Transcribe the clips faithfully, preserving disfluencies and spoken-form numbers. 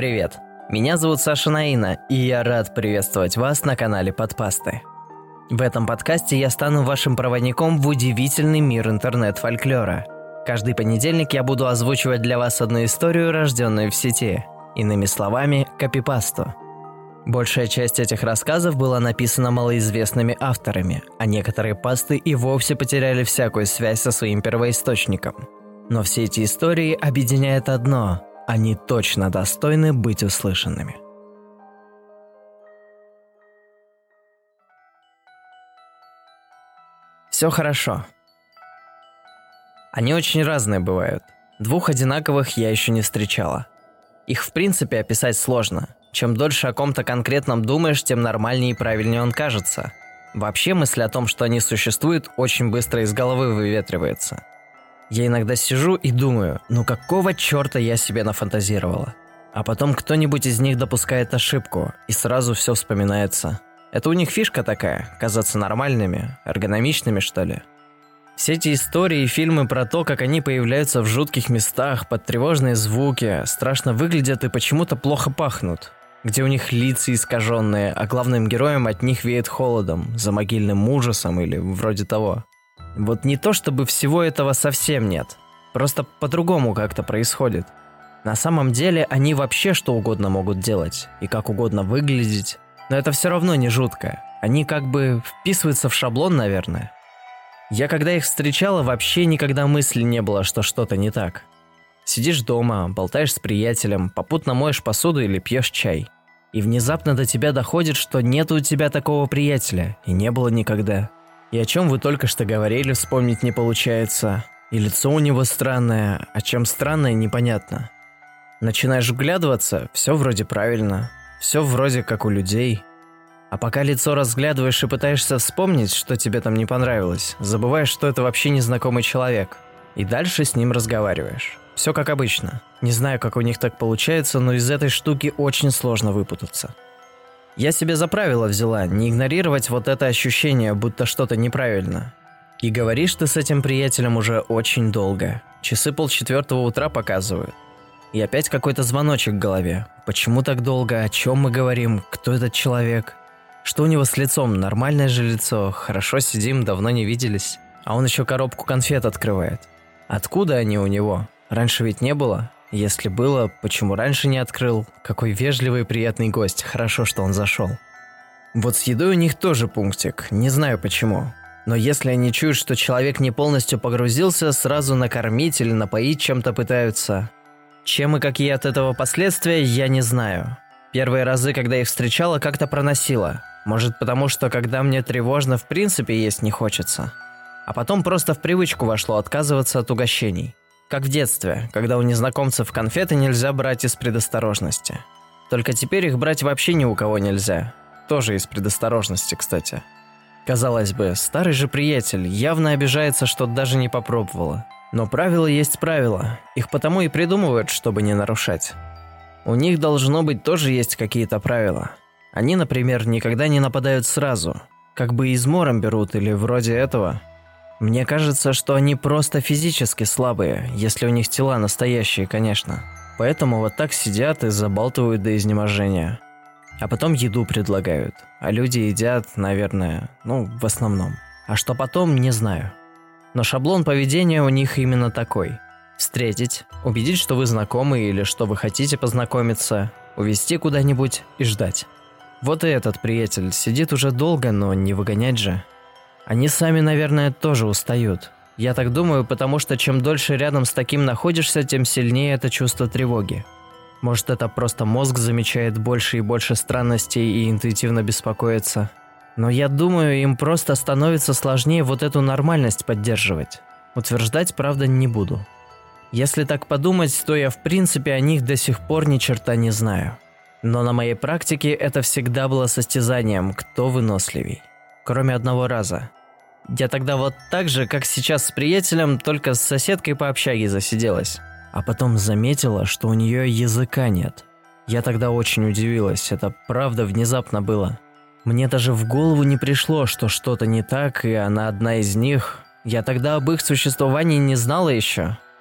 Привет, меня зовут Саша Наина, и я рад приветствовать вас на канале Подпасты. В этом подкасте я стану вашим проводником в удивительный мир интернет-фольклора. Каждый понедельник я буду озвучивать для вас одну историю, рожденную в сети. Иными словами, копипасту. Большая часть этих рассказов была написана малоизвестными авторами, а некоторые пасты и вовсе потеряли всякую связь со своим первоисточником. Но все эти истории объединяет одно – они точно достойны быть услышанными. Все хорошо. Они очень разные бывают. Двух одинаковых я еще не встречала. Их в принципе описать сложно. Чем дольше о ком-то конкретном думаешь, тем нормальнее и правильнее он кажется. Вообще мысль о том, что они существуют, очень быстро из головы выветривается. Я иногда сижу и думаю, ну какого черта я себе нафантазировала? А потом кто-нибудь из них допускает ошибку, и сразу все вспоминается. Это у них фишка такая, казаться нормальными, эргономичными, что ли. Все эти истории и фильмы про то, как они появляются в жутких местах, под тревожные звуки, страшно выглядят и почему-то плохо пахнут. Где у них лица искаженные, а главным героям от них веет холодом, замогильным ужасом или вроде того. Вот не то чтобы всего этого совсем нет, просто по-другому как-то происходит. На самом деле они вообще что угодно могут делать и как угодно выглядеть, но это все равно не жутко, они как бы вписываются в шаблон, наверное. Я когда их встречала, вообще никогда мысли не было, что что-то не так. Сидишь дома, болтаешь с приятелем, попутно моешь посуду или пьешь чай. И внезапно до тебя доходит, что нет у тебя такого приятеля, и не было никогда. И о чем вы только что говорили, вспомнить не получается. И лицо у него странное, а чем странное, непонятно. Начинаешь вглядываться, все вроде правильно, все вроде как у людей. А пока лицо разглядываешь и пытаешься вспомнить, что тебе там не понравилось, забываешь, что это вообще незнакомый человек. И дальше с ним разговариваешь. Все как обычно. Не знаю, как у них так получается, но из этой штуки очень сложно выпутаться. Я себе за правило взяла не игнорировать вот это ощущение, будто что-то неправильно. И говоришь ты с этим приятелем уже очень долго. Часы полчетвертого утра показывают. И опять какой-то звоночек в голове. Почему так долго? О чем мы говорим? Кто этот человек? Что у него с лицом? Нормальное же лицо. Хорошо сидим, давно не виделись. А он еще коробку конфет открывает. Откуда они у него? Раньше ведь не было. Если было, почему раньше не открыл? Какой вежливый и приятный гость. Хорошо, что он зашел. Вот с едой у них тоже пунктик. Не знаю почему. Но если они чуют, что человек не полностью погрузился, сразу накормить или напоить чем-то пытаются. Чем и какие от этого последствия, я не знаю. Первые разы, когда их встречала, как-то проносила. Может, потому что, когда мне тревожно, в принципе есть не хочется. А потом просто в привычку вошло отказываться от угощений. Как в детстве, когда у незнакомцев конфеты нельзя брать из предосторожности. Только теперь их брать вообще ни у кого нельзя. Тоже из предосторожности, кстати. Казалось бы, старый же приятель явно обижается, что даже не попробовала. Но правила есть правила. Их потому и придумывают, чтобы не нарушать. У них должно быть тоже есть какие-то правила. Они, например, никогда не нападают сразу. Как бы измором берут или вроде этого. Мне кажется, что они просто физически слабые, если у них тела настоящие, конечно. Поэтому вот так сидят и забалтывают до изнеможения. А потом еду предлагают. А люди едят, наверное, ну, в основном. А что потом, не знаю. Но шаблон поведения у них именно такой. Встретить, убедить, что вы знакомы или что вы хотите познакомиться, увезти куда-нибудь и ждать. Вот и этот приятель сидит уже долго, но не выгонять же. Они сами, наверное, тоже устают. Я так думаю, потому что чем дольше рядом с таким находишься, тем сильнее это чувство тревоги. Может, это просто мозг замечает больше и больше странностей и интуитивно беспокоится. Но я думаю, им просто становится сложнее вот эту нормальность поддерживать. Утверждать, правда, не буду. Если так подумать, то я в принципе о них до сих пор ни черта не знаю. Но на моей практике это всегда было состязанием, кто выносливей. Кроме одного раза. Я тогда вот так же, как сейчас с приятелем, только с соседкой по общаге засиделась. А потом заметила, что у нее языка нет. Я тогда очень удивилась, это правда внезапно было. Мне даже в голову не пришло, что что-то не так, и она одна из них. Я тогда об их существовании не знала еще.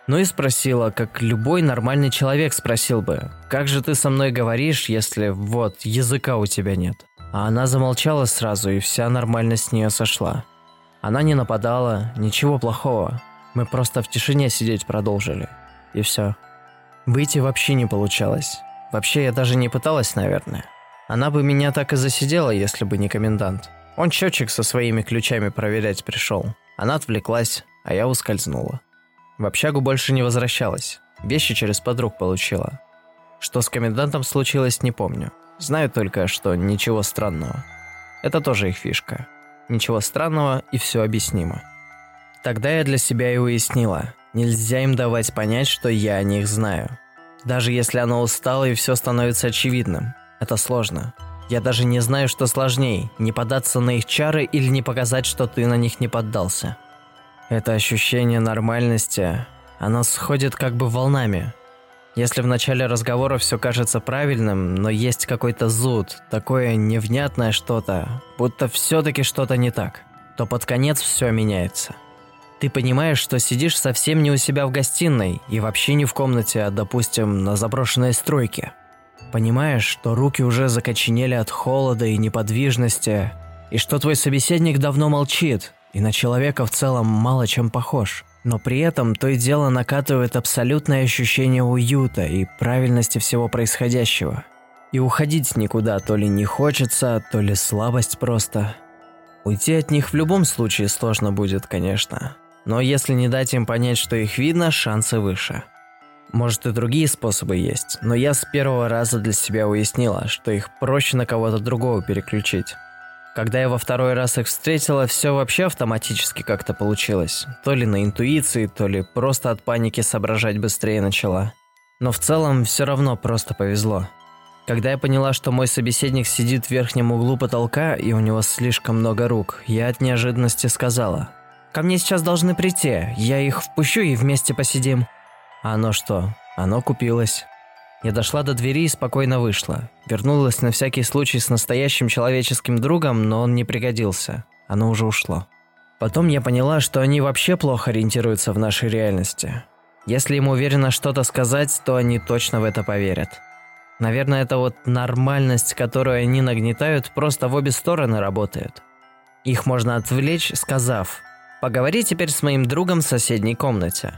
Ну и спросила, как любой нормальный человек спросил бы, как же ты со мной говоришь, если вот языка у тебя нет? А она замолчала сразу, и вся нормальность с нее сошла. Она не нападала, ничего плохого. Мы просто в тишине сидеть продолжили. И все. Выйти вообще не получалось. Вообще я даже не пыталась, наверное. Она бы меня так и засидела, если бы не комендант. Он счетчик со своими ключами проверять пришел. Она отвлеклась, а я ускользнула. В общагу больше не возвращалась. Вещи через подруг получила. Что с комендантом случилось, не помню. Знаю только, что ничего странного. Это тоже их фишка. Ничего странного и все объяснимо. Тогда я для себя и уяснила. Нельзя им давать понять, что я о них знаю. Даже если оно устало и все становится очевидным. Это сложно. Я даже не знаю, что сложней, не поддаться на их чары или не показать, что ты на них не поддался. Это ощущение нормальности, оно сходит как бы волнами. Если в начале разговора все кажется правильным, но есть какой-то зуд, такое невнятное что-то, будто все-таки что-то не так, то под конец все меняется. Ты понимаешь, что сидишь совсем не у себя в гостиной и вообще не в комнате, а, допустим, на заброшенной стройке. Понимаешь, что руки уже закоченели от холода и неподвижности, и что твой собеседник давно молчит, и на человека в целом мало чем похож. Но при этом то и дело накатывает абсолютное ощущение уюта и правильности всего происходящего. И уходить никуда то ли не хочется, то ли слабость просто. Уйти от них в любом случае сложно будет, конечно. Но если не дать им понять, что их видно, шансы выше. Может и другие способы есть, но я с первого раза для себя уяснила, что их проще на кого-то другого переключить. Когда я во второй раз их встретила, все вообще автоматически как-то получилось. То ли на интуиции, то ли просто от паники соображать быстрее начала. Но в целом все равно просто повезло. Когда я поняла, что мой собеседник сидит в верхнем углу потолка и у него слишком много рук, я от неожиданности сказала: «Ко мне сейчас должны прийти, я их впущу и вместе посидим». А оно что? Оно купилось. Я дошла до двери и спокойно вышла. Вернулась на всякий случай с настоящим человеческим другом, но он не пригодился. Оно уже ушло. Потом я поняла, что они вообще плохо ориентируются в нашей реальности. Если им уверенно что-то сказать, то они точно в это поверят. Наверное, это вот нормальность, которую они нагнетают, просто в обе стороны работает. Их можно отвлечь, сказав: «Поговори теперь с моим другом в соседней комнате».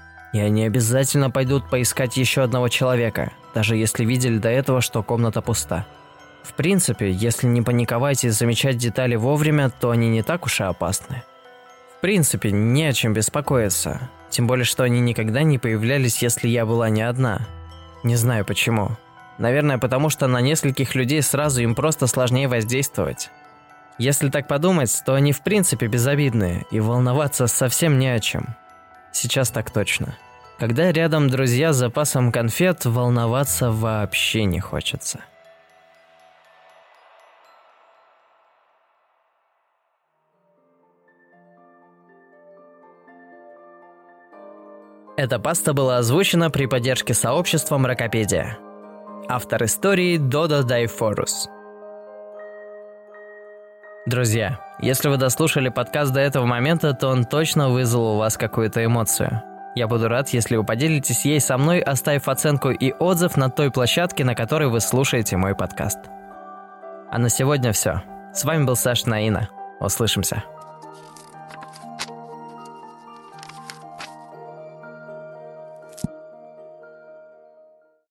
И они обязательно пойдут поискать еще одного человека, даже если видели до этого, что комната пуста. В принципе, если не паниковать и замечать детали вовремя, то они не так уж и опасны. В принципе, не о чем беспокоиться. Тем более, что они никогда не появлялись, если я была не одна. Не знаю почему. Наверное, потому что на нескольких людей сразу им просто сложнее воздействовать. Если так подумать, то они в принципе безобидные, и волноваться совсем не о чем. Сейчас так точно. Когда рядом друзья с запасом конфет, волноваться вообще не хочется. Эта паста была озвучена при поддержке сообщества Мракопедия. Автор истории Додо Дайфорус. Друзья, если вы дослушали подкаст до этого момента, то он точно вызвал у вас какую-то эмоцию. Я буду рад, если вы поделитесь ей со мной, оставив оценку и отзыв на той площадке, на которой вы слушаете мой подкаст. А на сегодня все. С вами был Саша Наина. Услышимся.